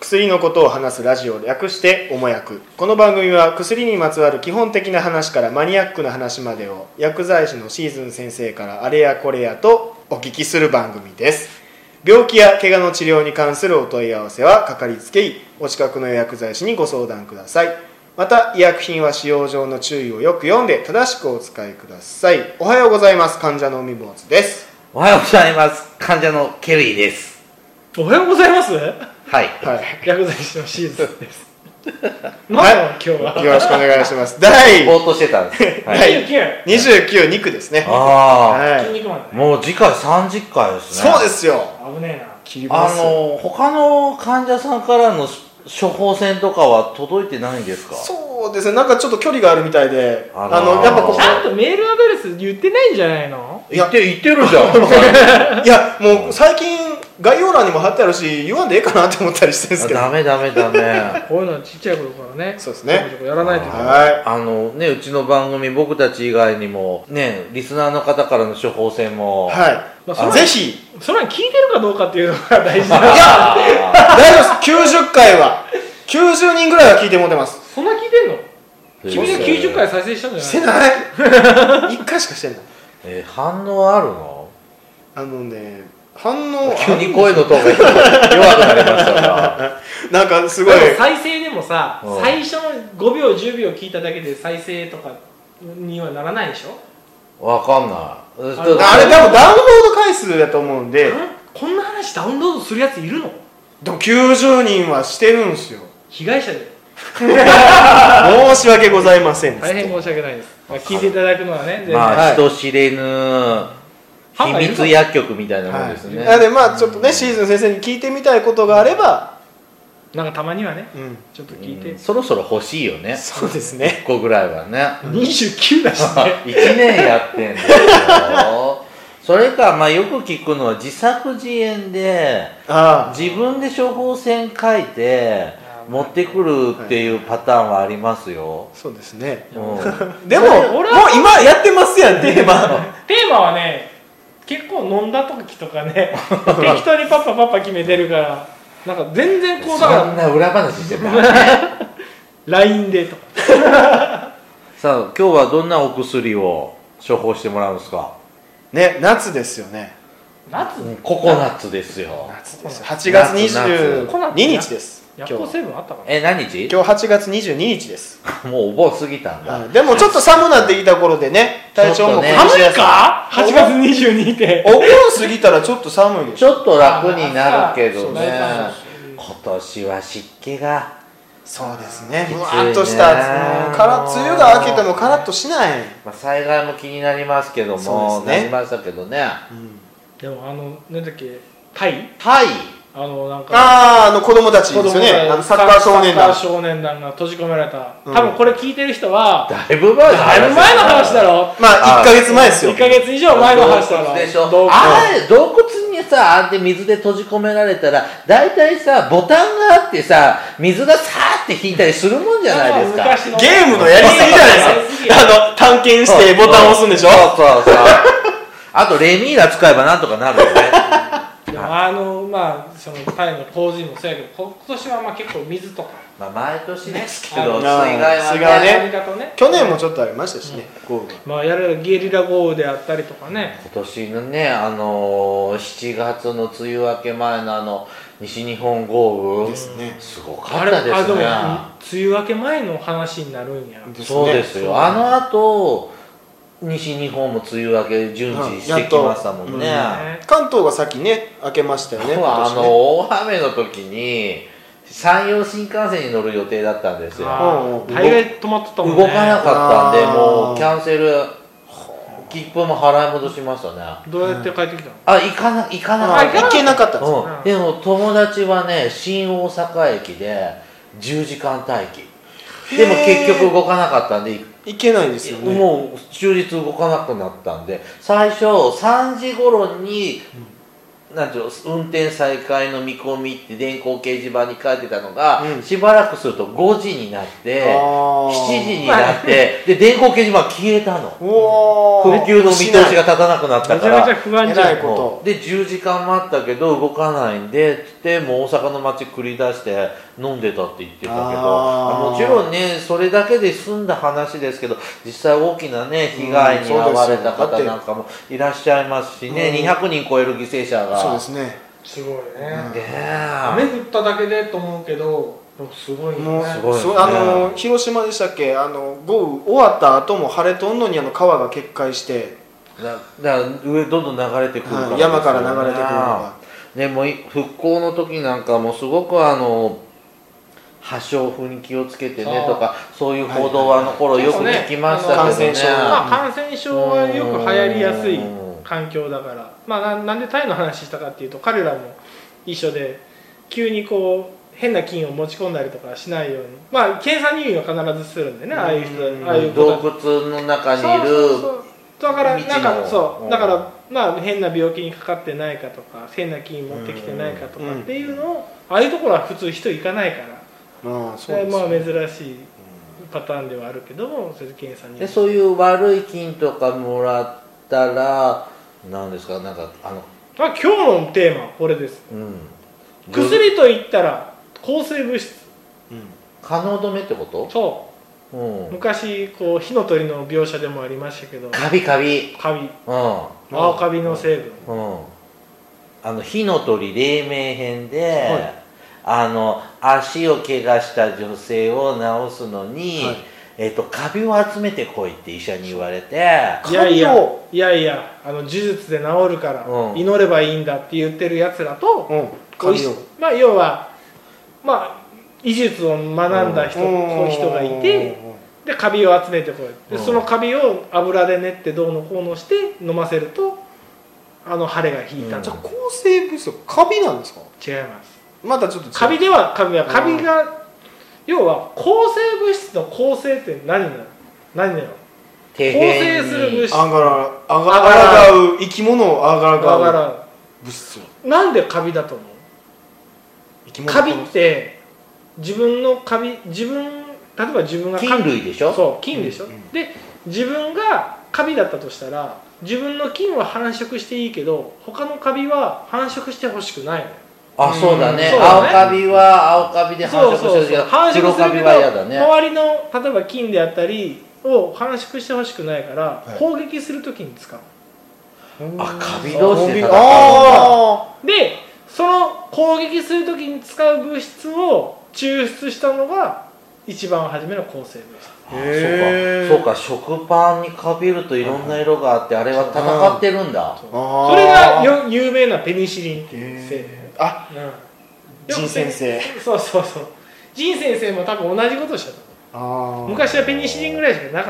薬のことを話すラジオ、略しておもやく。この番組は薬にまつわる基本的な話からマニアックな話までを薬剤師のシーズン先生からあれやこれやとお聞きする番組です。病気や怪我の治療に関するお問い合わせはかかりつけ医、お近くの薬剤師にご相談ください。また医薬品は使用上の注意をよく読んで正しくお使いください。おはようございます。患者の海坊主です。 おはようございます。患者のケリーです。 おはようございます。 はい。 薬剤師のシーズンです。はい、今日はよろしくお願いします。 ぼーっとしてたんです。 第29肉ですね。 筋肉マン。もう次回30回ですね。 そうですよ。 危ねえな。 切ります。 他の患者さんからの処方箋とかは届いてないんですか？ そうですね。なんかちょっと距離があるみたいで、やっぱちゃんとメールアドレス言ってないんじゃないの？ 言ってるじゃん。 いや、もう最近概要欄にも貼ってあるし、言わんでええかなって思ったりしてるんですけど。 ダメ。 こういうのはちっちゃい頃からね。 そうですね。 やらないといけない。 はい。 うちの番組、僕たち以外にもね、リスナーの方からの処方箋も、 はい。ぜひ。 それは聞いてるかどうかっていうのが大事だ。 いや、大丈夫です。90回は90人ぐらいは聞いてもらってます。 そんな聞いてんの？君が90回再生したんじゃない？ してない。1回しかしてない。 反応あるの？ 反応急に声のトーンが弱くなりましたがなんかすごい再生でもさ、最初の5秒10秒聞いただけで再生とかにはならないでしょ？ わかんない。 あれ多分ダウンロード回数だと思うんで。 こんな話ダウンロードするやついるの？ でも90人はしてるんですよ。 被害者で申し訳ございません。 大変申し訳ないです。聞いていただくのはね、 人知れぬ秘密薬局みたいなもんですね。 でちょっとね、シーズン先生に聞いてみたいことがあれば、 なんかたまにはね、ちょっと聞いて。 そろそろ欲しいよね。 そうですね。 1個ぐらいはね。 29だしね。 1年やってんだよ。それか、よく聞くのは自作自演で自分で処方箋書いて持ってくるっていうパターンはありますよ。 そうですね。でももう今やってますやん。テーマはね、結構飲んだ時とかね、適当にパッ決めてるから、なんか全然こうだからそんな裏話してた LINE でとかさあ、今日はどんなお薬を処方してもらうんですかね。夏ですよね。 ココナッツですよ。 夏です。8月22日です。 薬効成分あったかな。 何日？ 今日8月22日です。 もうお盆過ぎたんだ。 でもちょっと寒なってきた頃でね、体調も寒いか？8月22日ってお盆過ぎたらちょっと寒いでしょ。 ちょっと楽になるけどね。今年は湿気がそうですね。ふわっとした梅雨が明けてもカラッとしない。 災害も気になりますけども、なりましたけどね。 でもなんだっけ、タイなんか子供たちですよね。サッカー少年団が閉じ込められた。多分これ聞いてる人はだいぶ前の話だろ。 1ヶ月前ですよ。 1ヶ月以上前の話だろ。 洞窟にさ、水で閉じ込められたら大体さ、ボタンがあってさ、水がさーって引いたりするもんじゃないですか。 ゲームのやりすぎじゃないですか。探検してボタンを押すんでしょ。 そうあとレミーラ使えばなんとかなるよね。 そのタイの洪水もそうやけど、今年は結構水とか毎年ですけど、水害はね、去年もちょっとありましたしね。 ゲリラ豪雨であったりとかね。 今年のね、7月の梅雨明け前の西日本豪雨すごかったですね。 梅雨明け前の話になるんや。 そうですよ。あと西日本も梅雨明け順次してきましたもんね。 関東が先ね明けましたよね。 大雨の時に山陽新幹線に乗る予定だったんですよ。 大概止まってたもんね。 動かなかったんで、もうキャンセル、切符も払い戻しましたね。 どうやって帰ってきたの？ 行けなかったんですよ。 でも友達はね、新大阪駅で10時間待機。でも結局動かなかったんでいけないですよね。 もう終日動かなくなったんで、最初3時頃になんていうの運転再開の見込みって電光掲示板に書いてたのが、しばらくすると5時になって7時になってで電光掲示板消えたの。復旧の見通しが立たなくなったからめちゃめちゃ不安じゃん。 で10時間待ったけど動かないんでってもう大阪の街繰り出して飲んでたって言ってたけど、もちろんねそれだけで済んだ話ですけど実際大きなね被害に遭われた方なんかもいらっしゃいますしね、200人超える犠牲者がそうですね、 すごいね。雨降っただけでと思うけどすごいね。 もうすごいね。広島でしたっけ、豪雨終わった後も晴れとんのに川が決壊してだから上どんどん流れてくるから、 山から流れてくるのがでも復興の時なんかもすごく破傷風に気をつけてねとかそういう報道は頃よく聞きましたけどね。 感染症はよく流行りやすい環境だから、なんでタイの話したかっていうと彼らも一緒で急にこう変な菌を持ち込んだりとかしないように、検査入院は必ずするんでね、ああいう人ああいう洞窟の中にいるだからだから変な病気にかかってないかとか変な菌持ってきてないかとかっていうのをああいうところは普通人行かないから、それは珍しいパターンではあるけども、それで検査にでそういう悪い菌とかもらったらなんですか、なんか今日のテーマはこれです、薬といったら抗生物質、 可能止めってこと？ そう、昔こう火の鳥の描写でもありましたけどカビ青カビの成分、 火の鳥黎明編で、足を怪我した女性を治すのに、カビを集めてこいって医者に言われて、 いや呪術で治るから、祈ればいいんだって言ってるやつらと、要は医術を学んだ人がいて、でカビを集めてこいで、そのカビを油で練ってどうのこうのして飲ませると腫れが引いた、 じゃあ抗生物質はカビなんですか？ 違います。 またちょっとカビが要は抗生物質の抗生って何なの？抗生する物質、 あがらう生き物をあがらう物質。 なんでカビだと思う？カビって例えば自分が菌類でしょ？ そう菌でしょ、で自分がカビだったとしたら自分の菌は繁殖していいけど他のカビは繁殖してほしくないの。 そうだね。青カビは青カビで繁殖してるけど黒カビは嫌だね。 周りの例えば菌であったりを繁殖してほしくないから攻撃するときに使う。 カビ同士で戦う。 でその攻撃するときに使う物質を抽出したのが一番初めの抗生物質。 そうか食パンにかびるといろんな色があってあれは戦ってるんだ。 それが有名なペニシリンっていう成分。 仁先生。 そう仁先生も多分同じことしたと。昔はペニシリンぐらいしかなかった。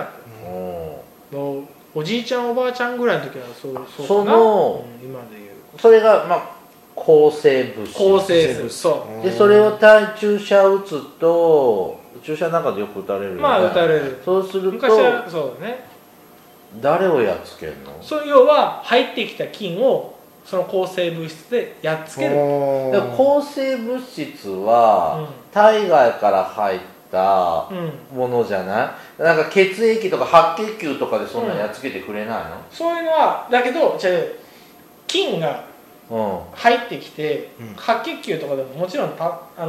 おじいちゃんおばあちゃんぐらいの時はそうかな。今でいうそれが抗生物質。 そうでそれを注射打つと注射なんかでよく打たれるよね。 打たれる。 そうすると昔はそうだね。 誰をやっつけるの？ 要は入ってきた菌をその抗生物質でやっつける。 抗生物質は体外から入ったものじゃない？なんか血液とか白血球とかでそんなやっつけてくれないの？そういうのはだけど菌が入ってきて、白血球とかでももちろん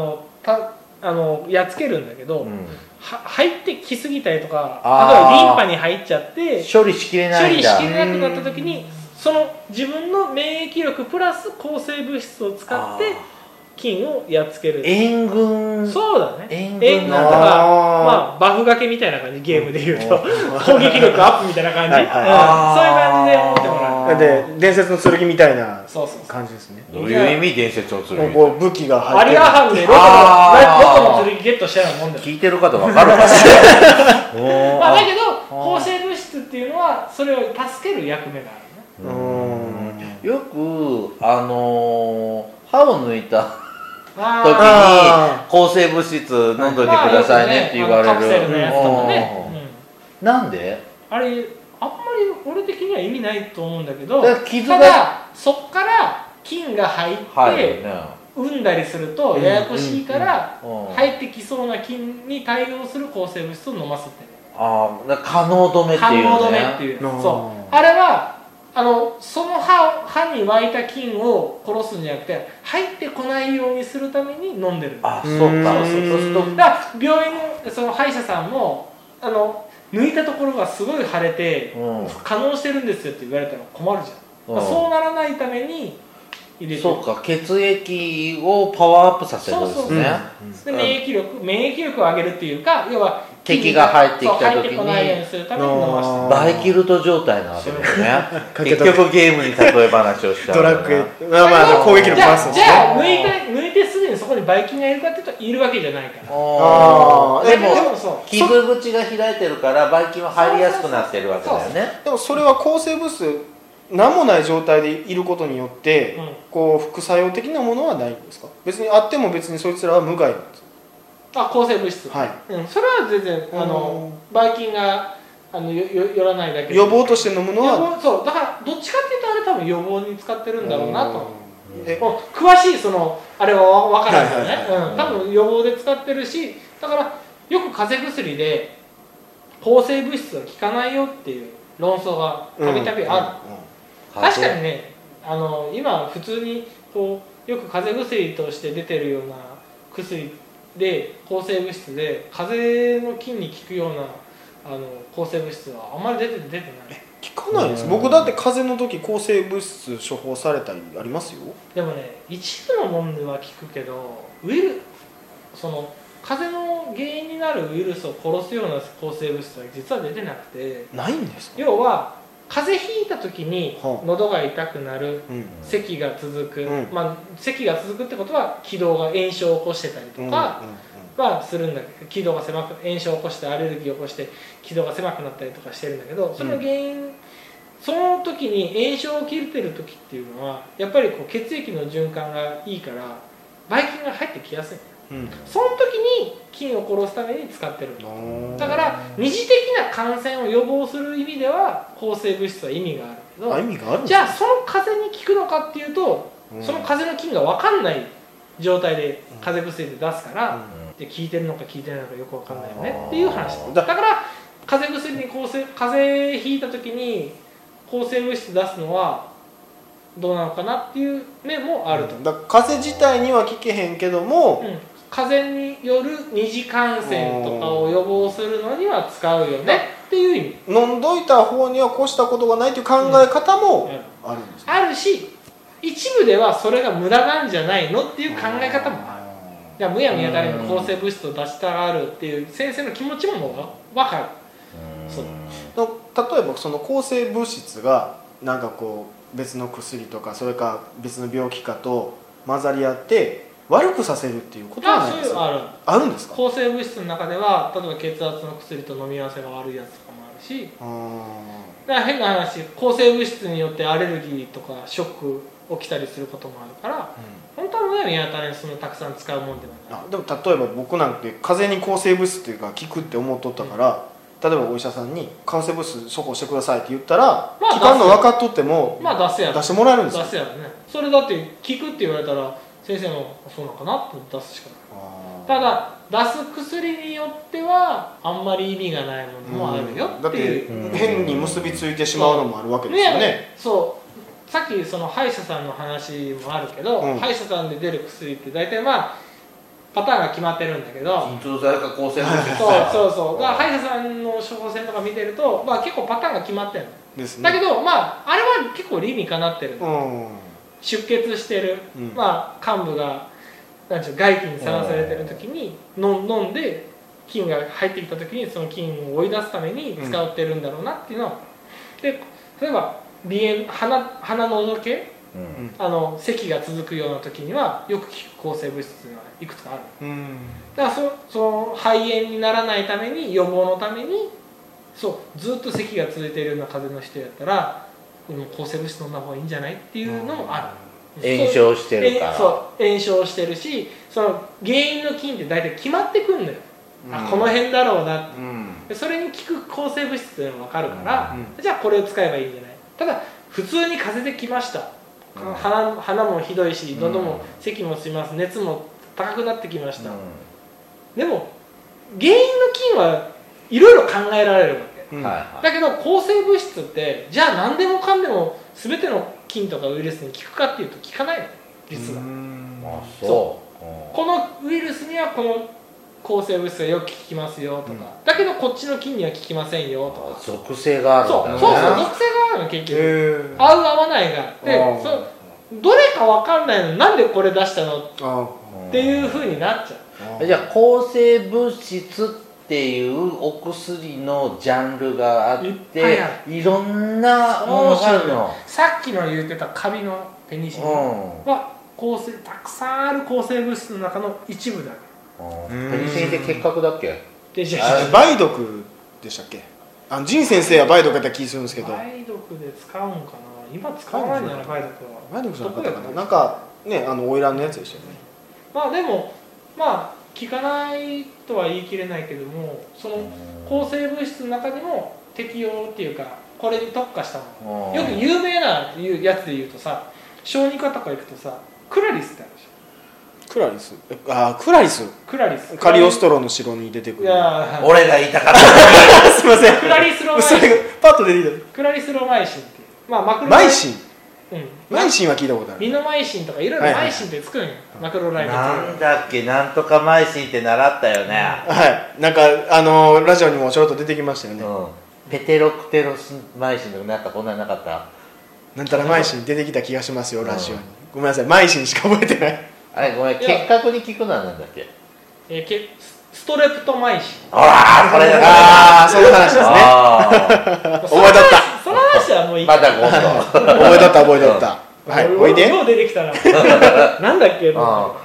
やっつけるんだけど、入ってきすぎたりとかリンパに入っちゃって処理しきれないんだ。 処理しきれなくなった時にその自分の免疫力プラス抗生物質を使って菌をやっつける。 援軍。 そうだね。 援軍なんとかバフ掛けみたいな感じ、ゲームでいうと攻撃力アップみたいな感じ、そういう感じで思ってもらう。 で伝説の剣みたいな感じですね。 どういう意味？伝説の剣。 武器が入ってる。 アリアハンでロトの剣ゲットしたようなもんだよ。 聞いてる方分かるかしら。だけど抗生物質っていうのはそれを助ける役目があるね。 よく歯を抜いた時に抗生物質飲んどいてくださいねって言われる。 カプセルのやつとかね。 なんで？ あれあんまり俺的には意味ないと思うんだけど、 ただそっから菌が入って、産んだりするとややこしいから、入ってきそうな菌に対応する抗生物質を飲ませてる。 可能止めっていうね。 可能止めっていう。そう。あれはその歯に湧いた菌を殺すんじゃなくて入ってこないようにするために飲んでる。 そうか。そうだから病院のその歯医者さんも抜いたところがすごい腫れて可能してるんですよって言われたら困るじゃん。そうならないために入れてる。 そうか、血液をパワーアップさせるんですね。 で免疫力を上げるっていうか、要は敵が入ってきた時にこないようにするために飲ましてる。 バイキルト状態なわけですね。結局ゲームに例え話をしちゃう。 ドラクエ攻撃力パスじゃあ抜いてすでにそこにバイキンがいるかっていうといるわけじゃないから。 でも傷口が開いてるからバイキンは入りやすくなってるわけだよね。 でもそれは抗生物質何もない状態でいることによって、こう副作用的なものはないんですか？別にあっても別にそいつらは無害なんですか？ 抗生物質、それは全然ばい菌が寄らないだけで予防として飲むのはそうだからどっちかっていうとあれ多分予防に使ってるんだろうなと。詳しいあれは分からないよね。多分予防で使ってるし、だからよく風邪薬で抗生物質は効かないよっていう論争がたびたびある。確かにね、今普通にこうよく風邪薬として出てるような薬で抗生物質で風邪の菌に効くような抗生物質はあんまり出てない。 効かないです。僕だって風邪の時抗生物質処方されたりありますよ。 でもね、一部のものでは効くけど風邪の原因になるウイルスを殺すような抗生物質は実は出てなくて。 ないんですか？ 要は風邪ひいた時に喉が痛くなる、咳が続く、咳が続くってことは気道が炎症を起こしてたりとかはするんだけど、気道が狭く炎症を起こしてアレルギーを起こして気道が狭くなったりとかしてるんだけど、その原因、その時に炎症を起きてる時っていうのはやっぱりこう血液の循環がいいからばい菌が入ってきやすい。その時に菌を殺すために使ってる。だから二次的な感染を予防する意味では抗生物質は意味があるけど、じゃあその風邪に効くのかっていうと、その風邪の菌が分かんない状態で風邪薬で出すから、で効いてるのか効いてないのかよく分かんないよねっていう話だから風邪薬に風邪ひいた時に抗生物質出すのはどうなのかなっていう面もあると。 だから風邪自体には効けへんけども、 風邪による二次感染とかを予防するのには使うよねっていう意味。 飲んどいた方には越したことがないという考え方もあるんです、 あるし、一部ではそれが無駄なんじゃないのっていう考え方もある。じゃあむやみやたらに抗生物質を出したがるっていう先生の気持ちも分かる。 例えばその抗生物質がなんかこう別の薬とかそれか別の病気かと混ざり合って悪くさせるっていうことはないですか？あるんですか？ 抗生物質の中では例えば血圧の薬と飲み合わせが悪いやつとかもあるし、だから変な話、抗生物質によってアレルギーとかショック起きたりすることもあるから、本当はむやみやたらにそんなたくさん使うもんではない。 でも例えば僕なんて風邪に抗生物質っていうか効くって思っとったから、例えばお医者さんに抗生物質処方してくださいって言ったら、効かんの分かっとっても出してもらえるんですよ。 出すやろね。それだって効くって言われたら先生もそうなのかなって出すしかない。ただ出す薬によってはあんまり意味がないものもあるよっていう。 だって変に結びついてしまうのもあるわけですよね。 そうさっきその歯医者さんの話もあるけど、歯医者さんで出る薬って大体パターンが決まってるんだけど、 鎮痛剤か抗生物質そうだから歯医者さんの処方箋とか見てると、結構パターンが決まってるんですね。だけどあれは結構理にかなってる。出血してる、幹部がなんちゅう外気にさらされてる時に飲んで菌が入ってきた時にその菌を追い出すために使ってるんだろうなっていうのは。で例えば鼻のどけ、咳が続くような時にはよく効く抗生物質がいくつかある。だからその肺炎にならないために予防のためにずっと咳が続いているような風邪の人やったら抗生物質飲んだ方がいいんじゃないっていうのもある。 炎症してるから炎症してるし、その原因の菌って大体決まってくんのよ。この辺だろうなって、それに効く抗生物質っていうのが分かるから、じゃあこれを使えばいいんじゃない。ただ普通に風邪で来ました、 鼻もひどいし喉も咳もします、熱も高くなってきました、でも原因の菌はいろいろ考えられるわけ、だけど抗生物質ってじゃあ何でもかんでも全ての菌とかウイルスに効くかっていうと効かないの実は。そうこのウイルスにはこの抗生物質がよく効きますよとか、だけどこっちの菌には効きませんよとか、 属性があるんだね。 そう属性があるの結局、合う合わないがあって、どれか分かんないのになんでこれ出したのっていうふうになっちゃう。 じゃあ抗生物質っていうお薬のジャンルがあっていろんなものがあるの。 さっきの言ってたカビのペニシリンはたくさんある抗生物質の中の一部だ。 ペニシリンって結核だっけ？ 梅毒でしたっけ？仁先生は梅毒やった気するんですけど。 梅毒で使うんかな。今使わないんじゃない梅毒は。 梅毒じゃなかったかな。なんかね花魁のやつでしたよね。 まあでも効かないとは言い切れないけども、その抗生物質の中でも適用っていうかこれに特化したもの。よく有名なやつで言うとさ、小児科とか行くとさクラリスってあるでしょ。 クラリス、クラリスカリオストロの城に出てくる。 俺が言いたかったすいません。 クラリスロマイシン、 パッと出てきた。 クラリスロマイシンっていう、 マイシン、マイシンは聞いたことある。 ミノマイシンとかいろいろマイシンってつくんよ、マクロライド。 なんだっけ、なんとかマイシンって習ったよね。 はい、なんかラジオにもちょろっと出てきましたよね。 ペテロクテロスマイシンとかなんかこんななかった。 なんたらマイシン出てきた気がしますよ、ラジオに。ごめんなさい、マイシンしか覚えてない。 あれごめん、結核に効くのはなんだっけ？ ストレプトマイシン。 これだ。 その話ですね。覚えとった。 その話はもういい。 まだ今度。 覚えとった。はい、おいで。 よう出てきたな。なんだっけ？要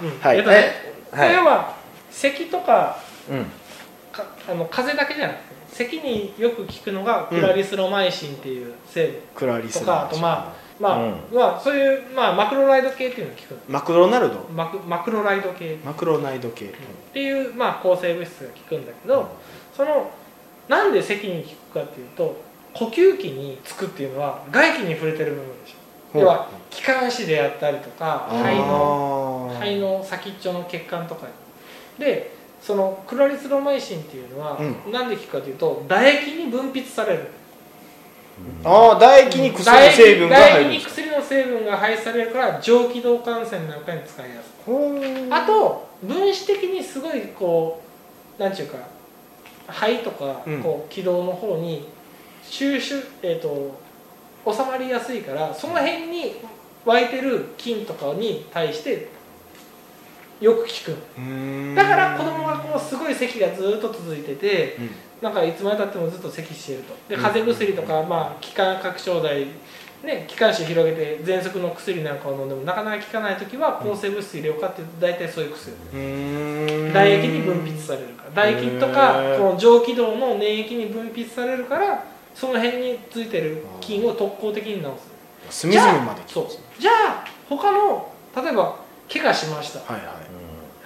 は咳とか風邪だけじゃなくて、咳によく効くのがクラリスロマイシンっていう成分とか、あとそういうマクロライド系っていうのが効く。 マクロナルド？ マクロライド系。 マクロナイド系っていう抗生物質が効くんだけど、そのなんで咳に効くかっていうと、呼吸器につくっていうのは外気に触れてる部分でしょ。要は気管支であったりとか肺の先っちょの血管とかで、そのクラリスロマイシンっていうのはなんで効くかというと、唾液に分泌される。 唾液に薬の成分が入る。 唾液に薬の成分が排出されるから蒸気道感染なんかに使いやすい。あと分子的にすごいなんていうか肺とか気道の方に収まりやすいから、その辺に湧いてる菌とかに対してよく効く。だから子供がすごい咳がずっと続いてて、なんかいつまでたってもずっと咳してると。で風邪薬とか気管拡張剤ね、気管支広げて喘息の薬なんかを飲んでもなかなか効かない時は抗生物質入れようかっていうと大体そういう薬。唾液に分泌されるから、唾液とかこの上気道の粘液に分泌されるから、その辺についてる菌を特効的に治す。 隅々まで効く。 じゃあ他の例えば怪我しました、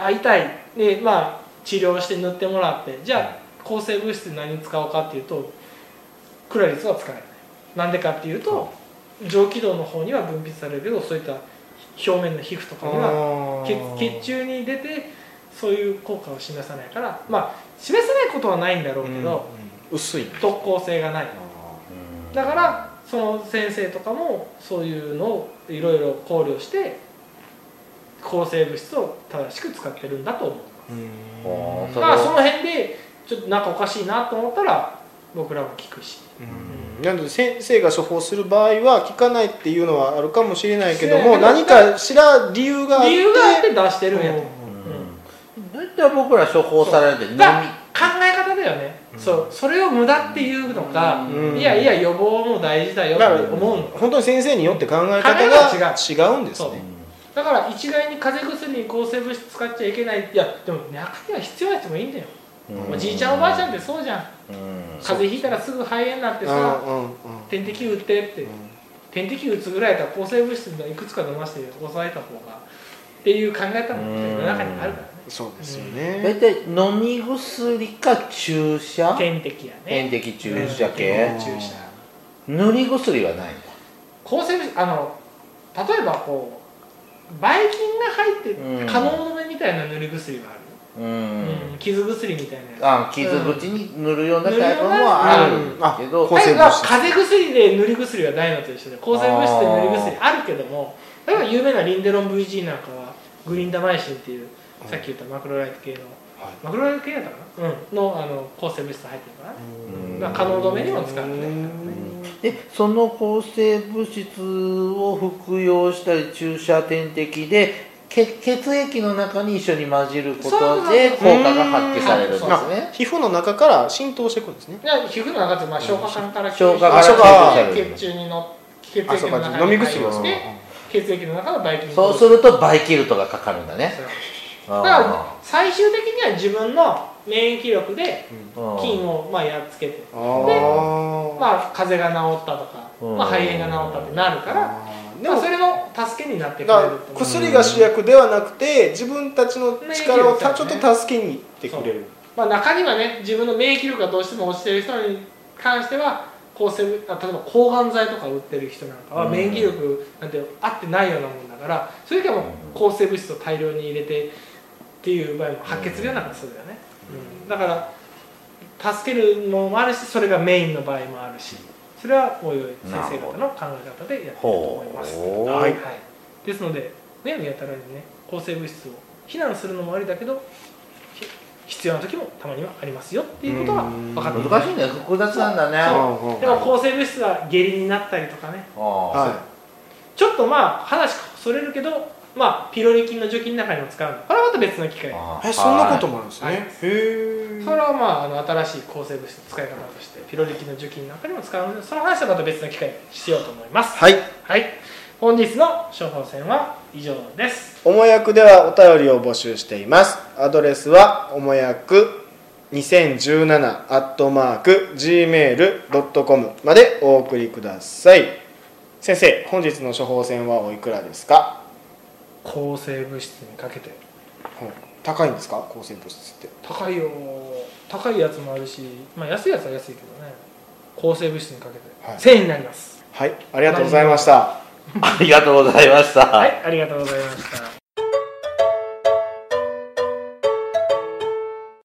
痛いで治療して塗ってもらって、じゃあ抗生物質何に使おうかっていうとクラリスは使えない。なんでかっていうと上気道の方には分泌されるけど、そういった表面の皮膚とかには血中に出てそういう効果を示さないから、示さないことはないんだろうけど、 薄い特効性がない。だからその先生とかもそういうのをいろいろ考慮して抗生物質を正しく使ってるんだと思う。だからその辺でちょっとなんかおかしいなと思ったら僕らも聞くし。 なので先生が処方する場合は効かないっていうのはあるかもしれないけども、何かしら理由があって出してるんやと。 大体僕ら処方されるって考え方だよね。それを無駄っていうのか、いやいや予防も大事だよって思うの。 本当に先生によって考え方が違うんですね。 だから一概に風邪薬に抗生物質使っちゃいけない。いやでも中には必要な人もいいんだよ。おじいちゃんおばあちゃんってそうじゃん。風邪ひいたらすぐ肺炎になってさ、点滴打ってって、点滴打つぐらいだったら抗生物質いくつか飲ませて抑えた方がっていう考え方も世の中にあるからね。 そうですよね。 大体飲み薬か注射？ 点滴やね。 点滴注射系。塗り薬はないんだ。 抗生物質例えばこうばい菌が入ってる可能止めみたいな塗り薬がある。傷薬みたいなやつ。 傷口に塗るようなタイプもあるけど、 風邪薬で塗り薬はないのと一緒で、抗生物質で塗り薬あるけども、例えば有名なリンデロン VG なんかはグリンダマイシンっていう、さっき言ったマクロライト系の、マクロライト系だったかな、の抗生物質入ってるかな。可能止めにも使うね。 でその抗生物質を服用したり注射点滴で血液の中に一緒に混じることで効果が発揮されるんですね。 皮膚の中から浸透していくんですね。 皮膚の中って消化管から血中にの血液の中に入って血液の中のばい菌。 そうするとバイキルトがかかるんだね。 だから最終的には自分の免疫力で菌をやっつけて、で風邪が治ったとか肺炎が治ったってなるから。でもそれの助けになってくれると。 薬が主役ではなくて自分たちの力をちょっと助けにいってくれる。 中にはね、自分の免疫力がどうしても落ちてる人に関しては例えば抗がん剤とか売ってる人なんかは免疫力なんて合ってないようなもんだから、そういう時はもう抗生物質を大量に入れてっていう場合も白血病なんかそうだよね。だから助けるのもあるし、それがメインの場合もあるし。それはおいおい先生方の考え方でやっていると思います。はい、ですので、宮太郎にね、抗生物質を非難するのもありだけど、必要な時もたまにはありますよっていうことが分かっている。 難しいね、複雑なんだね。 でも抗生物質は下痢になったりとかね、ちょっと話それるけど、ピロリ菌の除菌の中にも使うの。これはまた別の機械。 そんなこともあるんですね。 それは新しい抗生物質の使い方としてピロリ菌の除菌なんかにも使うので、その話はまた別の機会にしようと思います。本日の処方箋は以上です。 おもやくではお便りを募集しています。アドレスはおもやく2017@gmail.com までお送りください。先生、本日の処方箋はおいくらですか？ 抗生物質にかけて。 高いんですか？抗生物質って高いよ。高いやつもあるし、安いやつは安いけどね。抗生物質にかけて、1000円になります。 はい、ありがとうございました。 ありがとうございました。 はい、ありがとうございました。